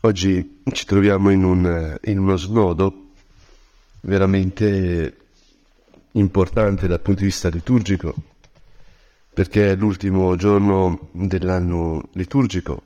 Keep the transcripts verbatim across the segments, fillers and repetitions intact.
Oggi ci troviamo in, un, in uno snodo veramente importante dal punto di vista liturgico, perché è l'ultimo giorno dell'anno liturgico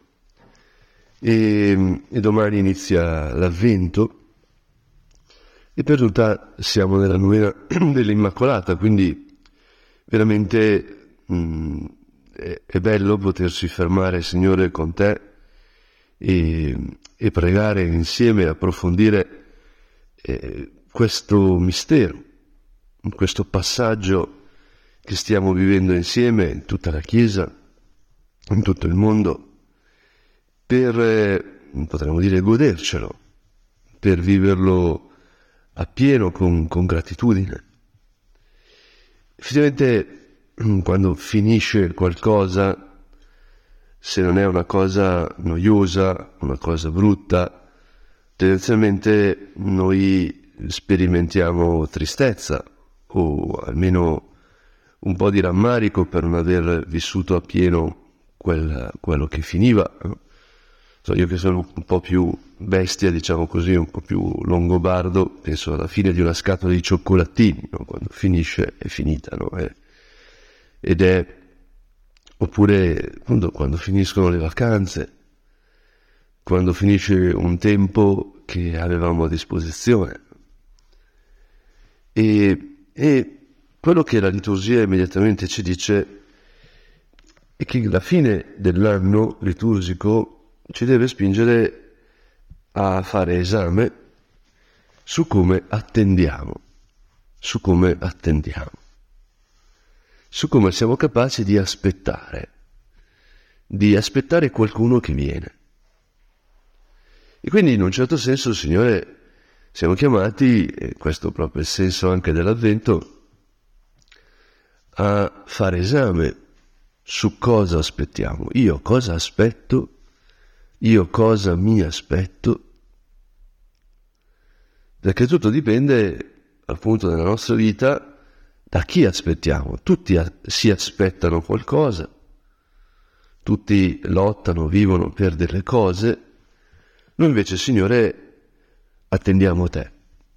e, e domani inizia l'Avvento e per giunta siamo nella novena dell'Immacolata, quindi veramente mh, è, è bello potersi fermare, Signore, con te e, e pregare insieme, approfondire eh, questo mistero, questo passaggio che stiamo vivendo insieme in tutta la Chiesa, in tutto il mondo, per, eh, potremmo dire, godercelo, per viverlo appieno con, con gratitudine. Effettivamente, quando finisce qualcosa, se non è una cosa noiosa, una cosa brutta, tendenzialmente noi sperimentiamo tristezza o almeno un po' di rammarico per non aver vissuto appieno quel, quello che finiva. So, io che sono un po' più bestia, diciamo così, un po' più longobardo, penso alla fine di una scatola di cioccolatini, no? Quando finisce è finita, no? E, ed è oppure appunto quando finiscono le vacanze, quando finisce un tempo che avevamo a disposizione. E, e quello che la liturgia immediatamente ci dice è che la fine dell'anno liturgico ci deve spingere a fare esame su come attendiamo, su come attendiamo, su come siamo capaci di aspettare, di aspettare qualcuno che viene. E quindi in un certo senso, Signore, siamo chiamati, e questo proprio è il senso anche dell'Avvento, a fare esame su cosa aspettiamo. Io cosa aspetto? Io cosa mi aspetto? Perché tutto dipende, appunto, nella nostra vita da chi aspettiamo. Tutti si aspettano qualcosa, tutti lottano, vivono per delle cose. Noi invece, Signore, attendiamo te.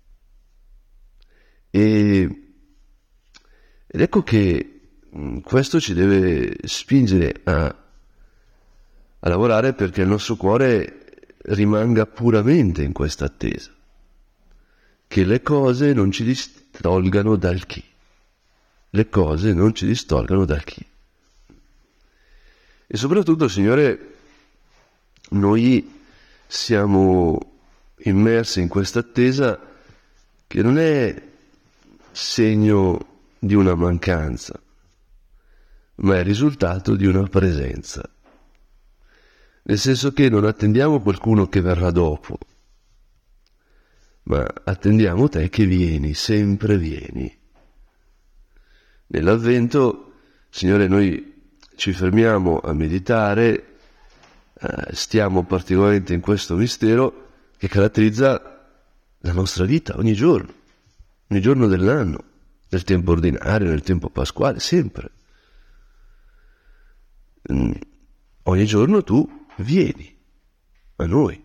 E, ed ecco che mh, questo ci deve spingere a, a lavorare perché il nostro cuore rimanga puramente in questa attesa, che le cose non ci distolgano dal chi. Le cose non ci distolgano dal chi. E soprattutto, Signore, noi siamo immersi in questa attesa che non è segno di una mancanza, ma è risultato di una presenza. Nel senso che non attendiamo qualcuno che verrà dopo, ma attendiamo te che vieni, sempre vieni. Nell'Avvento, Signore, noi ci fermiamo a meditare, eh, stiamo particolarmente in questo mistero che caratterizza la nostra vita ogni giorno, ogni giorno dell'anno, nel tempo ordinario, nel tempo pasquale, sempre. Mm, ogni giorno tu vieni a noi.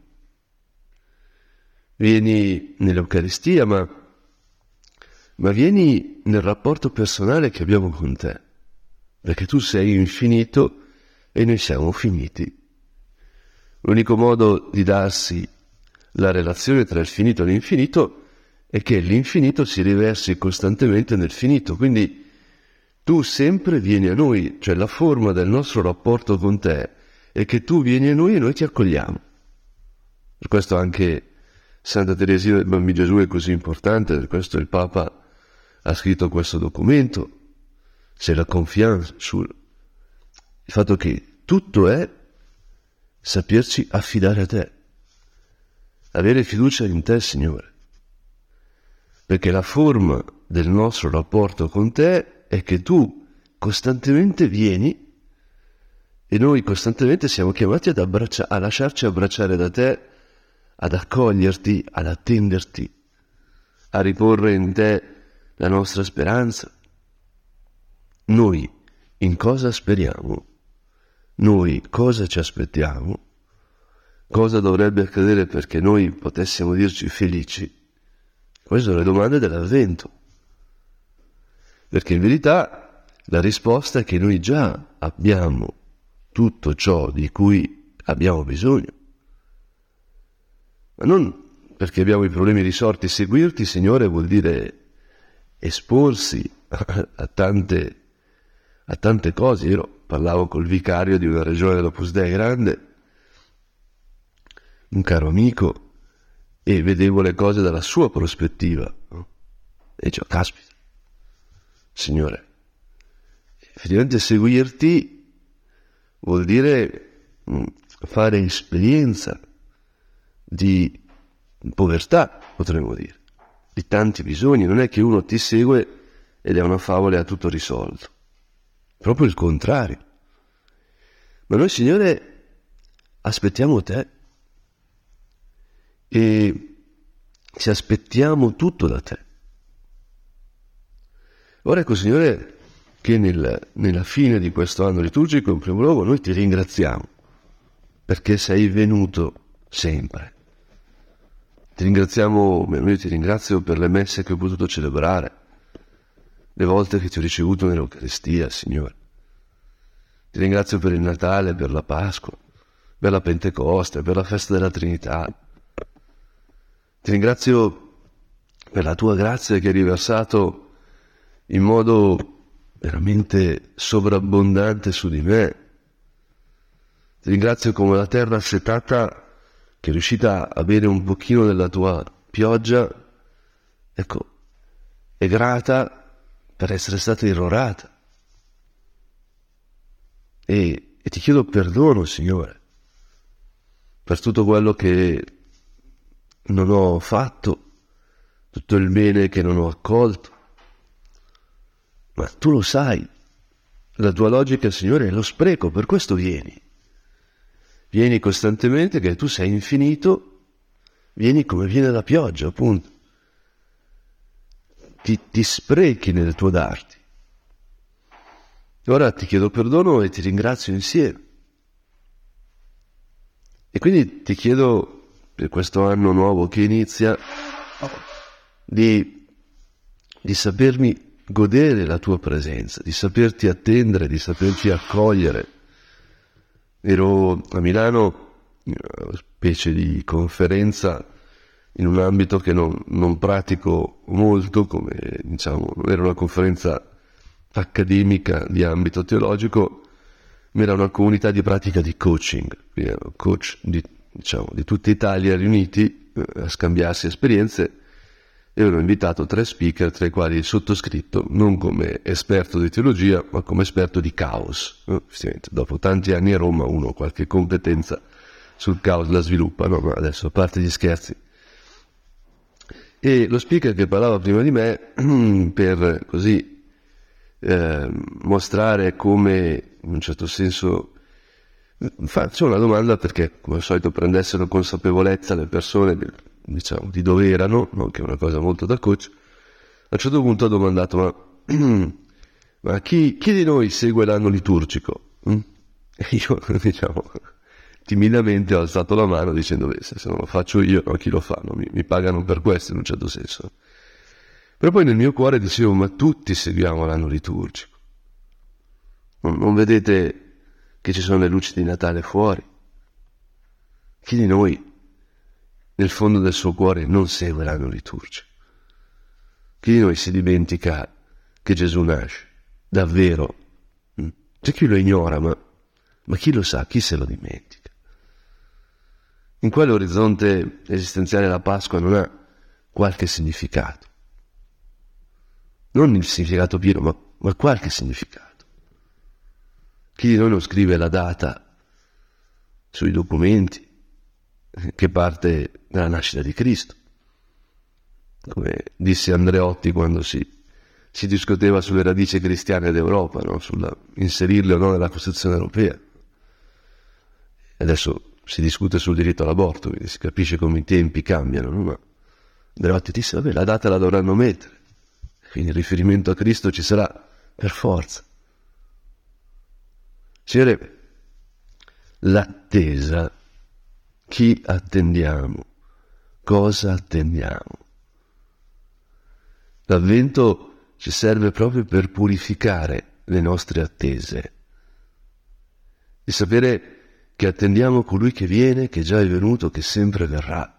Vieni nell'Eucaristia, ma, ma vieni nel rapporto personale che abbiamo con te, perché tu sei infinito e noi siamo finiti. L'unico modo di darsi la relazione tra il finito e l'infinito è che l'infinito si riversi costantemente nel finito, quindi tu sempre vieni a noi, cioè la forma del nostro rapporto con te è che tu vieni a noi e noi ti accogliamo. Per questo anche Santa Teresina del Bambino Gesù è così importante, per questo il Papa ha scritto questo documento, c'est la confiance sul il fatto che tutto è saperci affidare a te, avere fiducia in te, Signore, perché la forma del nostro rapporto con te è che tu costantemente vieni e noi costantemente siamo chiamati ad abbraccia- a lasciarci abbracciare da te, ad accoglierti, ad attenderti, a riporre in te la nostra speranza. Noi in cosa speriamo? Noi cosa ci aspettiamo? cosa dovrebbe accadere perché noi potessimo dirci felici? Queste sono le domande dell'Avvento. Perché in verità la risposta è che noi già abbiamo tutto ciò di cui abbiamo bisogno. Ma non perché abbiamo i problemi risolti. Seguirti, Signore, vuol dire esporsi a, a, tante, a tante cose. Io parlavo col vicario di una regione dell'Opus Dei grande, un caro amico, e vedevo le cose dalla sua prospettiva, no? E dicevo, caspita, Signore, effettivamente seguirti vuol dire mh, fare esperienza di povertà, potremmo dire, di tanti bisogni. Non è che uno ti segue ed è una favola e ha tutto risolto, proprio il contrario. Ma noi, Signore, aspettiamo te e ci aspettiamo tutto da te. Ora ecco, Signore, che nel, nella fine di questo anno liturgico, in primo luogo, noi ti ringraziamo perché sei venuto sempre. Ti ringraziamo, io ti ringrazio per le messe che ho potuto celebrare, le volte che ti ho ricevuto nell'Eucaristia, Signore. Ti ringrazio per il Natale, per la Pasqua, per la Pentecoste, per la festa della Trinità. Ti ringrazio per la tua grazia che hai riversato in modo veramente sovrabbondante su di me. Ti ringrazio come la terra assetata che è riuscita a bere un pochino della tua pioggia, ecco, è grata per essere stata irrorata. E, e ti chiedo perdono, Signore, per tutto quello che non ho fatto, tutto il bene che non ho accolto. Ma tu lo sai, la tua logica, Signore, è lo spreco, per questo vieni. Vieni costantemente, che tu sei infinito, vieni come viene la pioggia, appunto. Ti, ti sprechi nel tuo darti. Ora ti chiedo perdono e ti ringrazio insieme. E quindi ti chiedo, per questo anno nuovo che inizia, di, di sapermi godere la tua presenza, di saperti attendere, di saperti accogliere. Ero a Milano, una specie di conferenza in un ambito che non, non pratico molto, come diciamo, non era una conferenza accademica di ambito teologico, ma era una comunità di pratica di coaching, quindi erano coach di, diciamo, di tutta Italia riuniti eh, a scambiarsi esperienze, e avevano invitato tre speaker, tra i quali il sottoscritto, non come esperto di teologia, ma come esperto di caos. No? Dopo tanti anni a Roma uno qualche competenza sul caos la sviluppa, no? Ma adesso, a parte gli scherzi. E lo speaker che parlava prima di me, per così eh, mostrare come, in un certo senso, faccio una domanda perché, come al solito, prendessero consapevolezza le persone, diciamo, di dove erano, no? Che è una cosa molto da coach. A un certo punto ha domandato, ma, ma chi, chi di noi segue l'anno liturgico? Mm? E io, diciamo, timidamente ho alzato la mano dicendo, beh, se non lo faccio io, no, chi lo fa? No? Mi, mi pagano per questo, in un certo senso. Però poi nel mio cuore dicevo, ma tutti seguiamo l'anno liturgico. Non, non vedete che ci sono le luci di Natale fuori? Chi di noi nel fondo del suo cuore non segue l'anno liturgico? Chi di noi si dimentica che Gesù nasce? Davvero? C'è chi lo ignora, ma, ma chi lo sa? Chi se lo dimentica? In quell'orizzonte esistenziale la Pasqua non ha qualche significato. Non il significato pieno, ma, ma qualche significato. Chi di noi non scrive la data sui documenti che parte dalla nascita di Cristo? Come disse Andreotti quando si, si discuteva sulle radici cristiane d'Europa, no? Sulla inserirle o no nella Costituzione europea. Adesso si discute sul diritto all'aborto, quindi si capisce come i tempi cambiano, no? Ma Andreotti disse, vabbè, la data la dovranno mettere, quindi il riferimento a Cristo ci sarà per forza. Signore, l'attesa Chi attendiamo? Cosa attendiamo? L'Avvento ci serve proprio per purificare le nostre attese, di sapere che attendiamo colui che viene, che già è venuto, che sempre verrà.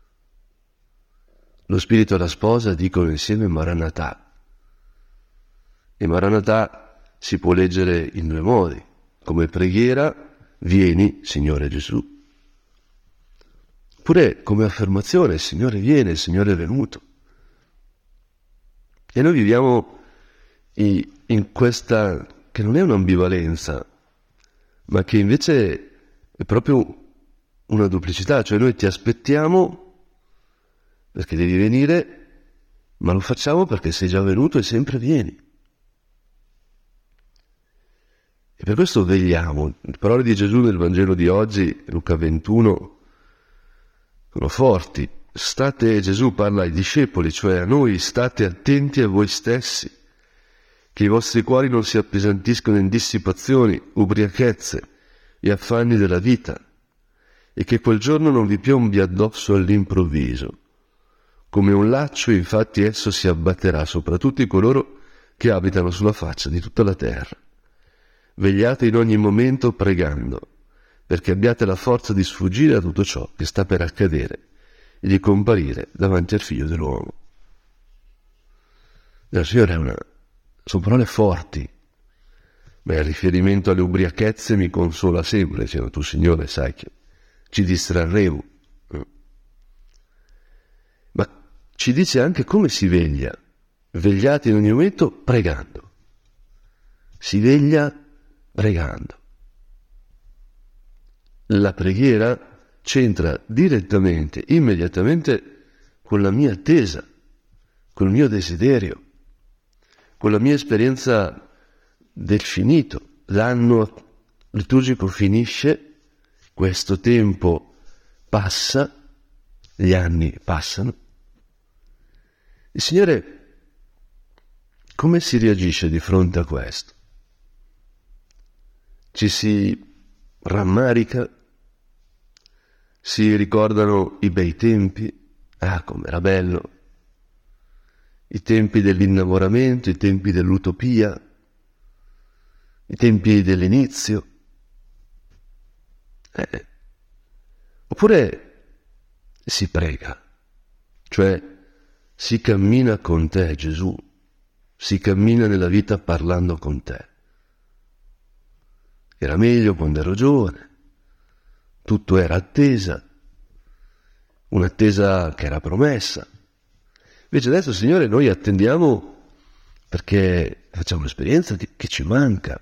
Lo Spirito e la sposa dicono insieme Maranatà. E Maranatà si può leggere in due modi, come preghiera, vieni, Signore Gesù. Oppure come affermazione, il Signore viene, il Signore è venuto. E noi viviamo in questa, che non è un'ambivalenza, ma che invece è proprio una duplicità, cioè noi ti aspettiamo perché devi venire, ma lo facciamo perché sei già venuto e sempre vieni. E per questo vegliamo. Le parole di Gesù nel Vangelo di oggi, Luca ventuno, sono forti. State, Gesù parla ai discepoli, cioè a noi, state attenti a voi stessi, che i vostri cuori non si appesantiscono in dissipazioni, ubriachezze e affanni della vita, e che quel giorno non vi piombi addosso all'improvviso. Come un laccio, infatti, esso si abbatterà sopra tutti coloro che abitano sulla faccia di tutta la terra. Vegliate in ogni momento pregando, perché abbiate la forza di sfuggire a tutto ciò che sta per accadere e di comparire davanti al Figlio dell'uomo. Il Signore è una... sono parole forti, ma il riferimento alle ubriachezze mi consola sempre, dicendo tu, Signore, sai che ci distrarremo. Ma ci dice anche come si veglia. Vegliate in ogni momento pregando. Si veglia pregando. La preghiera c'entra direttamente, immediatamente con la mia attesa, col mio desiderio, con la mia esperienza del finito. L'anno liturgico finisce, questo tempo passa, gli anni passano. Il Signore, come si reagisce di fronte a questo? Ci si rammarica? Si ricordano i bei tempi? Ah, com'era bello! I tempi dell'innamoramento, i tempi dell'utopia, i tempi dell'inizio. Eh. Oppure si prega, cioè si cammina con te, Gesù, si cammina nella vita parlando con te. Era meglio quando ero giovane, tutto era attesa, un'attesa che era promessa. Invece adesso, Signore, noi attendiamo perché facciamo un'esperienza che ci manca.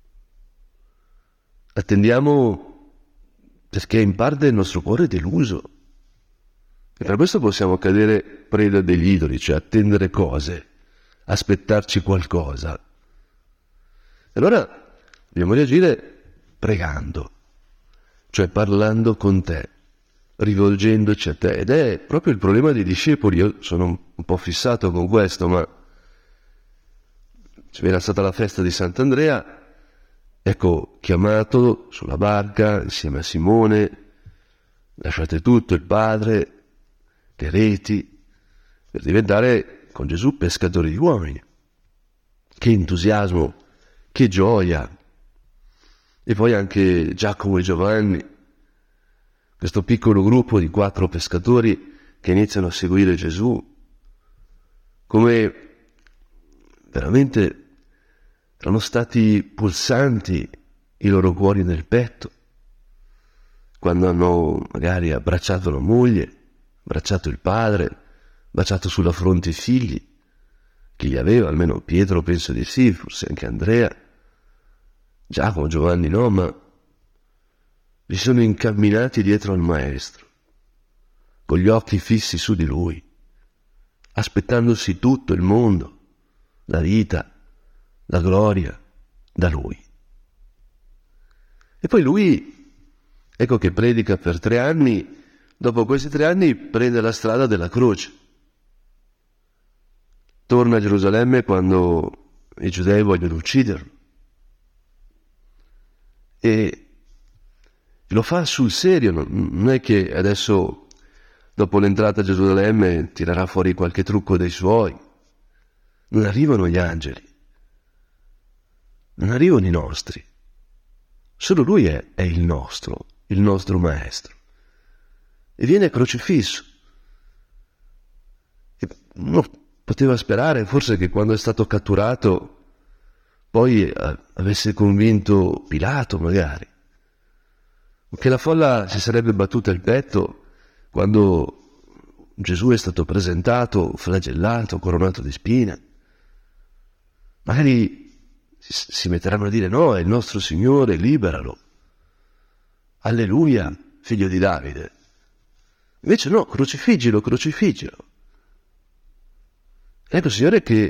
Attendiamo perché in parte il nostro cuore è deluso. E per questo possiamo cadere preda degli idoli, cioè attendere cose, aspettarci qualcosa. E allora dobbiamo reagire pregando, cioè parlando con te, rivolgendoci a te. Ed è proprio il problema dei discepoli. Io sono un po' fissato con questo, ma c'era stata la festa di Sant'Andrea, ecco, chiamato sulla barca insieme a Simone, lasciate tutto, il padre, le reti, per diventare con Gesù pescatori di uomini. Che entusiasmo, che gioia! E poi anche Giacomo e Giovanni, questo piccolo gruppo di quattro pescatori che iniziano a seguire Gesù, come veramente erano stati pulsanti i loro cuori nel petto, quando hanno magari abbracciato la moglie, abbracciato il padre, baciato sulla fronte i figli, chi li aveva, almeno Pietro penso di sì, forse anche Andrea, Giacomo, Giovanni no, ma li sono incamminati dietro al Maestro, con gli occhi fissi su di Lui, aspettandosi tutto il mondo, la vita, la gloria, da Lui. E poi Lui, ecco che predica per tre anni, dopo questi tre anni prende la strada della croce. Torna a Gerusalemme quando i giudei vogliono ucciderlo. E Lo fa sul serio, non è che adesso, dopo l'entrata a Gerusalemme, tirerà fuori qualche trucco dei suoi. Non arrivano gli angeli, non arrivano i nostri. Solo lui è, è il nostro, il nostro maestro. E viene crocifisso. E uno poteva sperare forse che quando è stato catturato poi avesse convinto Pilato magari, che la folla si sarebbe battuta il petto quando Gesù è stato presentato, flagellato, coronato di spine. Magari si metteranno a dire no, è il nostro Signore, liberalo. Alleluia, figlio di Davide. Invece no, crocifiggilo, crocifiggilo. Ecco, Signore, che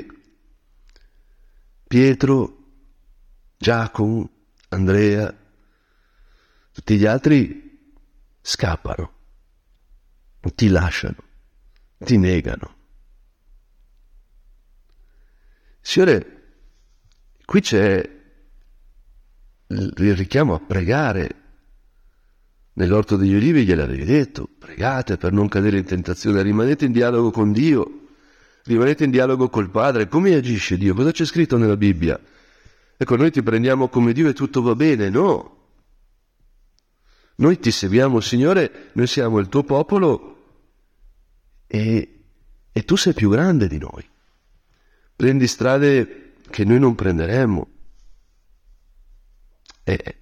Pietro, Giacomo, Andrea, tutti gli altri scappano, ti lasciano, ti negano. Signore, qui c'è il richiamo a pregare. Nell'orto degli Ulivi gliel'avevi detto, pregate per non cadere in tentazione, rimanete in dialogo con Dio, rimanete in dialogo col Padre. Come agisce Dio? Cosa c'è scritto nella Bibbia? Ecco, noi ti prendiamo come Dio e tutto va bene, no. Noi ti seguiamo, Signore, noi siamo il tuo popolo e, e tu sei più grande di noi. Prendi strade che noi non prenderemmo. E,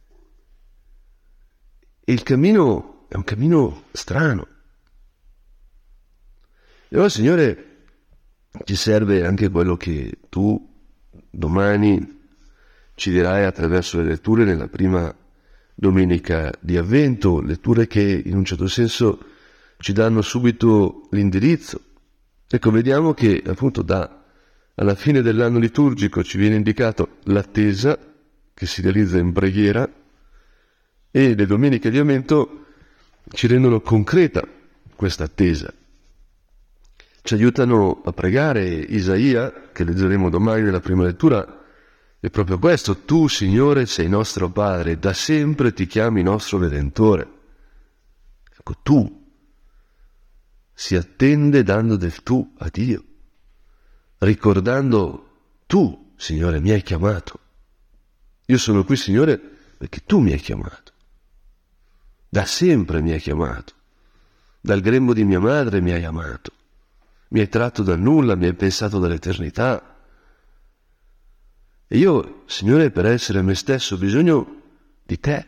e il cammino è un cammino strano. E allora, Signore, ci serve anche quello che tu domani ci dirai attraverso le letture nella prima domenica di Avvento, letture che in un certo senso ci danno subito l'indirizzo. Ecco, vediamo che appunto da alla fine dell'anno liturgico ci viene indicato l'attesa che si realizza in preghiera e le domeniche di Avvento ci rendono concreta questa attesa. Ci aiutano a pregare. Isaia, che leggeremo domani nella prima lettura, è proprio questo: tu, Signore, sei nostro Padre, da sempre ti chiami nostro Redentore. Ecco, tu si attende dando del tu a Dio, ricordando: tu, Signore, mi hai chiamato. Io sono qui, Signore, perché tu mi hai chiamato. Da sempre mi hai chiamato. Dal grembo di mia madre mi hai amato. Mi hai tratto dal nulla, mi hai pensato dall'eternità. E io, Signore, per essere me stesso ho bisogno di te.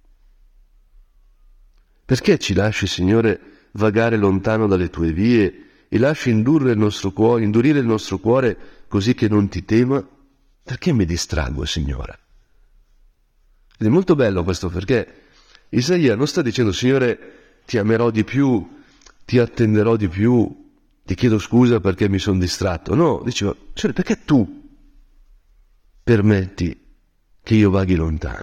Perché ci lasci, Signore, vagare lontano dalle tue vie e lasci indurre il nostro cuore, indurire il nostro cuore così che non ti tema? Perché mi distraggo, Signore? Ed è molto bello questo, perché Isaia non sta dicendo: Signore, ti amerò di più, ti attenderò di più, ti chiedo scusa perché mi sono distratto. No, diceva: Signore, perché tu permetti che io vaghi lontano?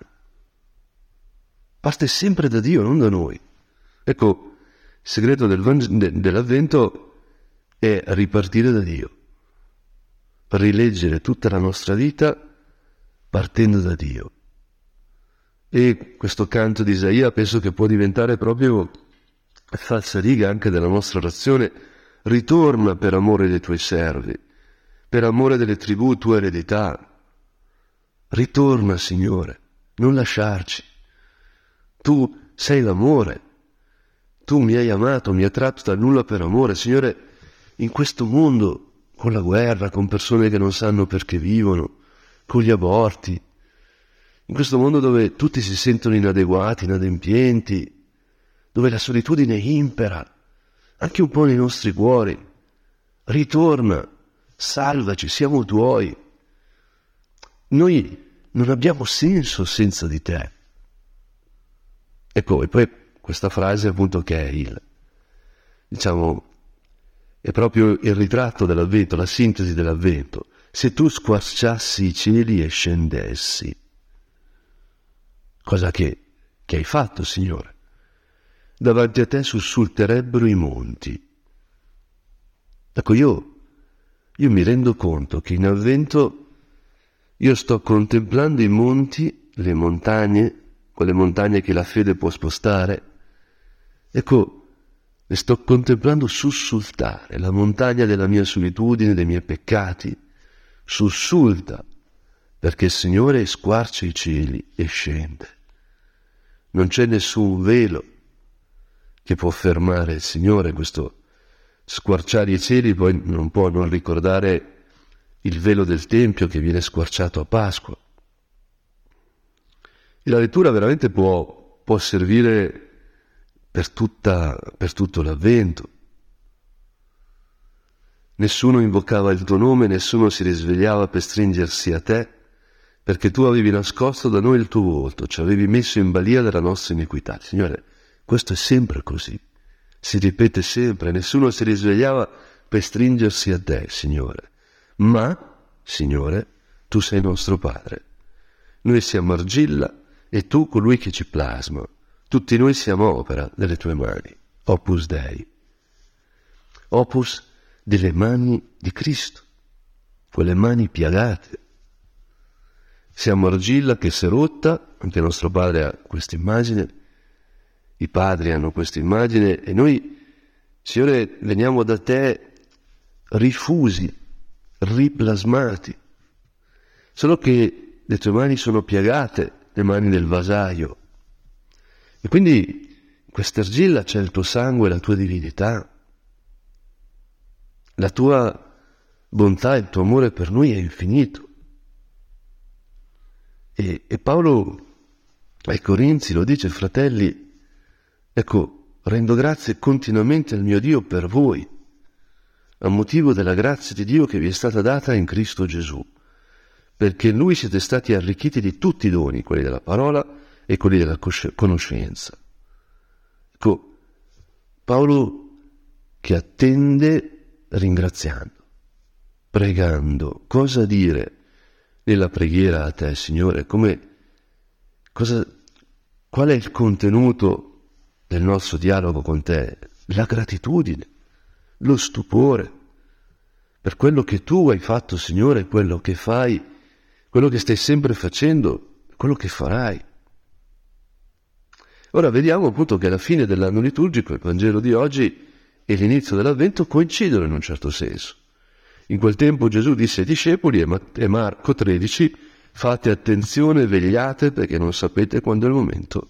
Parte sempre da Dio, non da noi. Ecco, il segreto del Vangelo, de, dell'Avvento è ripartire da Dio, rileggere tutta la nostra vita partendo da Dio. E questo canto di Isaia penso che può diventare proprio falsariga anche della nostra orazione. Ritorna per amore dei tuoi servi, per amore delle tribù tua eredità. Ritorna, Signore, non lasciarci. Tu sei l'amore. Tu mi hai amato, mi hai tratto dal nulla per amore. Signore, in questo mondo, con la guerra, con persone che non sanno perché vivono, con gli aborti, in questo mondo dove tutti si sentono inadeguati, inadempienti, dove la solitudine impera, anche un po' nei nostri cuori, ritorna, salvaci, siamo tuoi. Noi non abbiamo senso senza di te. Ecco, e poi questa frase appunto che è il, diciamo, è proprio il ritratto dell'Avvento, la sintesi dell'Avvento. Se tu squarciassi i cieli e scendessi, cosa che, che hai fatto, Signore? Davanti a te sussulterebbero i monti. Ecco, io, io mi rendo conto che in Avvento io sto contemplando i monti, le montagne, quelle montagne che la fede può spostare. Ecco, le sto contemplando sussultare, la montagna della mia solitudine, dei miei peccati, sussulta, perché il Signore squarcia i cieli e scende. Non c'è nessun velo che può fermare il Signore. Questo squarciare i cieli poi non può non ricordare il velo del Tempio che viene squarciato a Pasqua. E la lettura veramente può, può servire per, tutta, per tutto l'Avvento. Nessuno invocava il tuo nome, nessuno si risvegliava per stringersi a te, perché tu avevi nascosto da noi il tuo volto, ci avevi messo in balia della nostra iniquità. Signore, questo è sempre così, si ripete sempre, nessuno si risvegliava per stringersi a te, Signore. Ma, Signore, tu sei nostro Padre. Noi siamo argilla e tu colui che ci plasma. Tutti noi siamo opera delle tue mani, opus Dei. Opus delle mani di Cristo, quelle mani piagate. Siamo argilla che si è rotta, anche nostro Padre ha questa immagine, i padri hanno questa immagine e noi, Signore, veniamo da te rifusi, riplasmati, solo che le tue mani sono piagate, le mani del vasaio, e quindi in questa argilla c'è il tuo sangue, la tua divinità, la tua bontà, il tuo amore per noi è infinito. E, e Paolo ai Corinzi lo dice: fratelli, ecco, rendo grazie continuamente al mio Dio per voi, a motivo della grazia di Dio che vi è stata data in Cristo Gesù, perché in Lui siete stati arricchiti di tutti i doni, quelli della parola e quelli della conoscenza. Ecco, Paolo che attende ringraziando, pregando. Cosa dire nella preghiera a te, Signore? Come, cosa, qual è il contenuto del nostro dialogo con te? La gratitudine, lo stupore per quello che tu hai fatto, Signore, quello che fai, quello che stai sempre facendo, quello che farai. Ora vediamo appunto che alla fine dell'anno liturgico il Vangelo di oggi e l'inizio dell'Avvento coincidono in un certo senso. In quel tempo Gesù disse ai discepoli, e Marco tredici, fate attenzione, vegliate, perché non sapete quando è il momento.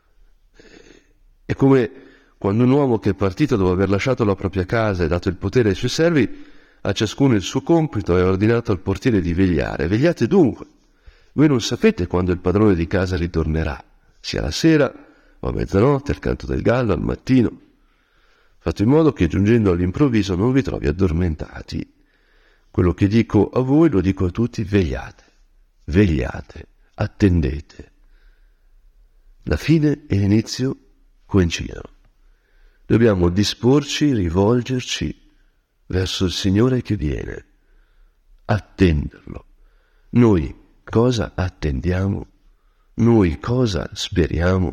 È come quando un uomo che è partito dopo aver lasciato la propria casa e dato il potere ai suoi servi, a ciascuno il suo compito, e ha ordinato al portiere di vegliare. Vegliate dunque. Voi non sapete quando il padrone di casa ritornerà, sia la sera o a mezzanotte, al canto del gallo, al mattino. Fate in modo che giungendo all'improvviso non vi trovi addormentati. Quello che dico a voi lo dico a tutti: vegliate, vegliate, attendete. La fine e l'inizio coincidono. Dobbiamo disporci, rivolgerci verso il Signore che viene, attenderlo. Noi cosa attendiamo? Noi cosa speriamo?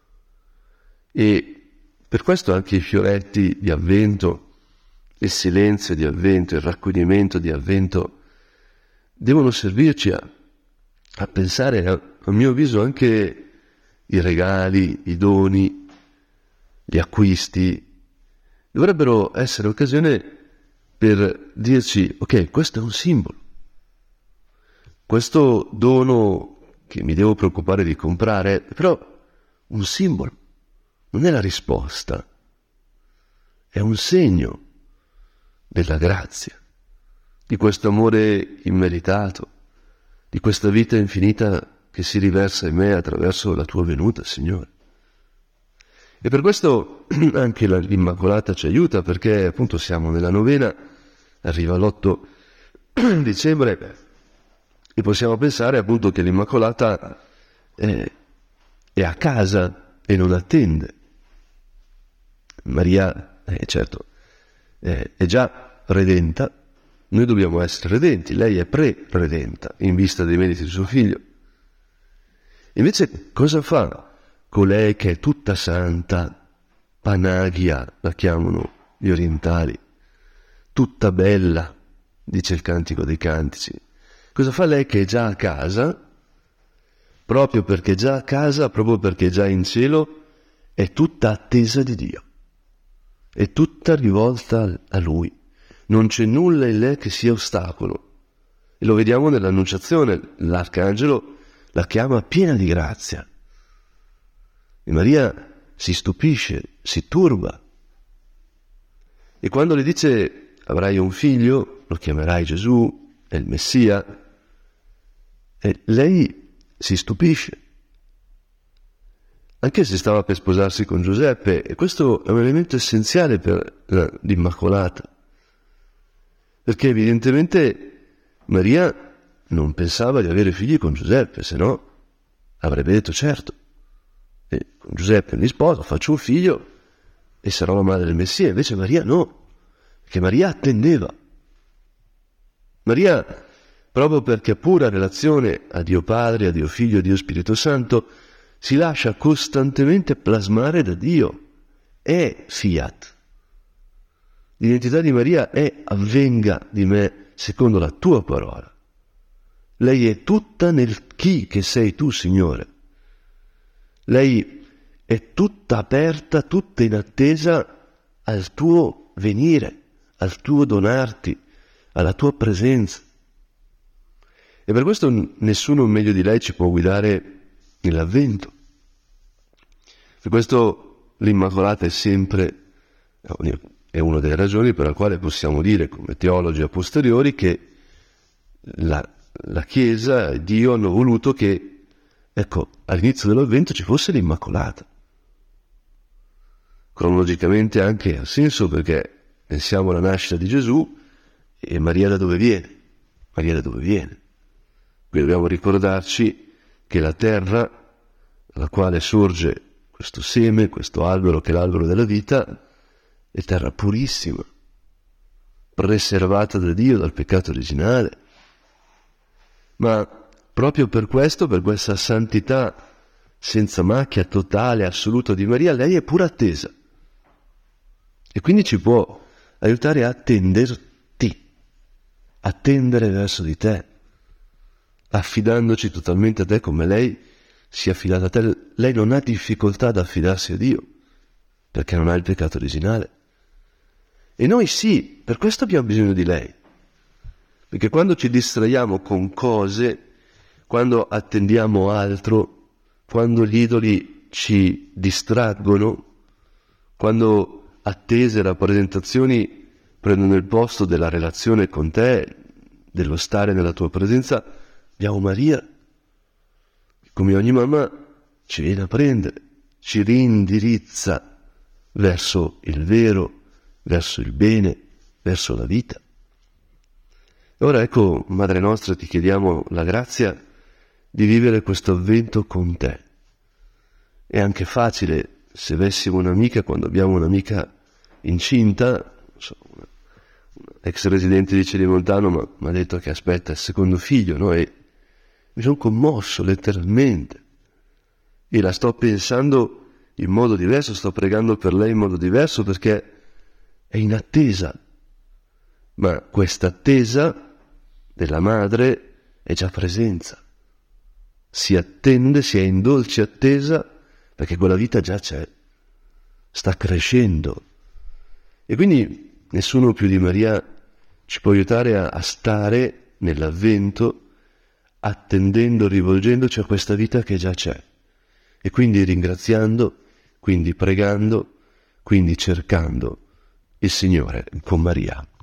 E per questo anche i fioretti di Avvento, il silenzio di Avvento, il raccoglimento di Avvento devono servirci a, a pensare, a, a mio avviso, anche i regali, i doni, gli acquisti, dovrebbero essere occasione per dirci: ok, questo è un simbolo, questo dono che mi devo preoccupare di comprare, però un simbolo, non è la risposta, è un segno della grazia, di questo amore immeritato, di questa vita infinita che si riversa in me attraverso la tua venuta, Signore. E per questo anche la, l'Immacolata ci aiuta, perché appunto siamo nella novena, arriva l'otto dicembre, e possiamo pensare appunto che l'Immacolata è, è a casa e non attende. Maria, eh, certo, eh, è già redenta, noi dobbiamo essere redenti, lei è pre-redenta in vista dei meriti di suo figlio. Invece cosa fa colei che è tutta santa, panagia, la chiamano gli orientali, tutta bella, dice il Cantico dei Cantici? Cosa fa lei che è già a casa proprio perché è già a casa, proprio perché è già in cielo, è tutta attesa di Dio, è tutta rivolta a Lui. Non c'è nulla in lei che sia ostacolo. E lo vediamo nell'Annunciazione, l'arcangelo la chiama piena di grazia. E Maria si stupisce, si turba. E quando le dice avrai un figlio, lo chiamerai Gesù, è il Messia, e lei si stupisce. Anche se stava per sposarsi con Giuseppe, e questo è un elemento essenziale per l'Immacolata, perché evidentemente Maria non pensava di avere figli con Giuseppe, se no avrebbe detto certo, e con Giuseppe mi sposo, faccio un figlio e sarò la madre del Messia. Invece Maria no, perché Maria attendeva. Maria, proprio perché ha pura relazione a Dio Padre, a Dio Figlio, a Dio Spirito Santo, si lascia costantemente plasmare da Dio, è fiat. L'identità di Maria è avvenga di me secondo la tua parola. Lei è tutta nel chi che sei tu, Signore. Lei è tutta aperta, tutta in attesa al tuo venire, al tuo donarti, alla tua presenza. E per questo nessuno meglio di lei ci può guidare nell'Avvento. Per questo l'Immacolata è sempre, è una delle ragioni per la quale possiamo dire, come teologi a posteriori, che la, la Chiesa e Dio hanno voluto che, ecco, all'inizio dell'Avvento ci fosse l'Immacolata. Cronologicamente anche ha senso, perché pensiamo alla nascita di Gesù e Maria da dove viene? Maria da dove viene? Qui dobbiamo ricordarci che la terra dalla quale sorge questo seme, questo albero che è l'albero della vita, è terra purissima, preservata da Dio dal peccato originale. Ma proprio per questo, per questa santità senza macchia, totale, assoluta di Maria, lei è pura attesa. E quindi ci può aiutare a attenderti, a tendere verso di te, affidandoci totalmente a te come lei si è affidata a te. Lei non ha difficoltà ad affidarsi a Dio, perché non ha il peccato originale. E noi sì, per questo abbiamo bisogno di lei. Perché quando ci distraiamo con cose, quando attendiamo altro, quando gli idoli ci distraggono, quando attese rappresentazioni prendono il posto della relazione con te, dello stare nella tua presenza, abbiamo Maria, che come ogni mamma ci viene a prendere, ci rindirizza verso il vero, verso il bene, verso la vita. E ora ecco, Madre nostra, ti chiediamo la grazia di vivere questo avvento con te. È anche facile, se avessimo un'amica, quando abbiamo un'amica incinta, so, una, una ex residente di Celimontano mi ha detto che aspetta il secondo figlio, no? E mi sono commosso letteralmente. E la sto pensando in modo diverso, sto pregando per lei in modo diverso, perché è in attesa. Ma questa attesa della madre è già presenza. Si attende, si è in dolce attesa, perché quella vita già c'è, sta crescendo. E quindi nessuno più di Maria ci può aiutare a, a stare nell'avvento, attendendo, rivolgendoci a questa vita che già c'è. E quindi ringraziando, quindi pregando, quindi cercando il Signore con Maria.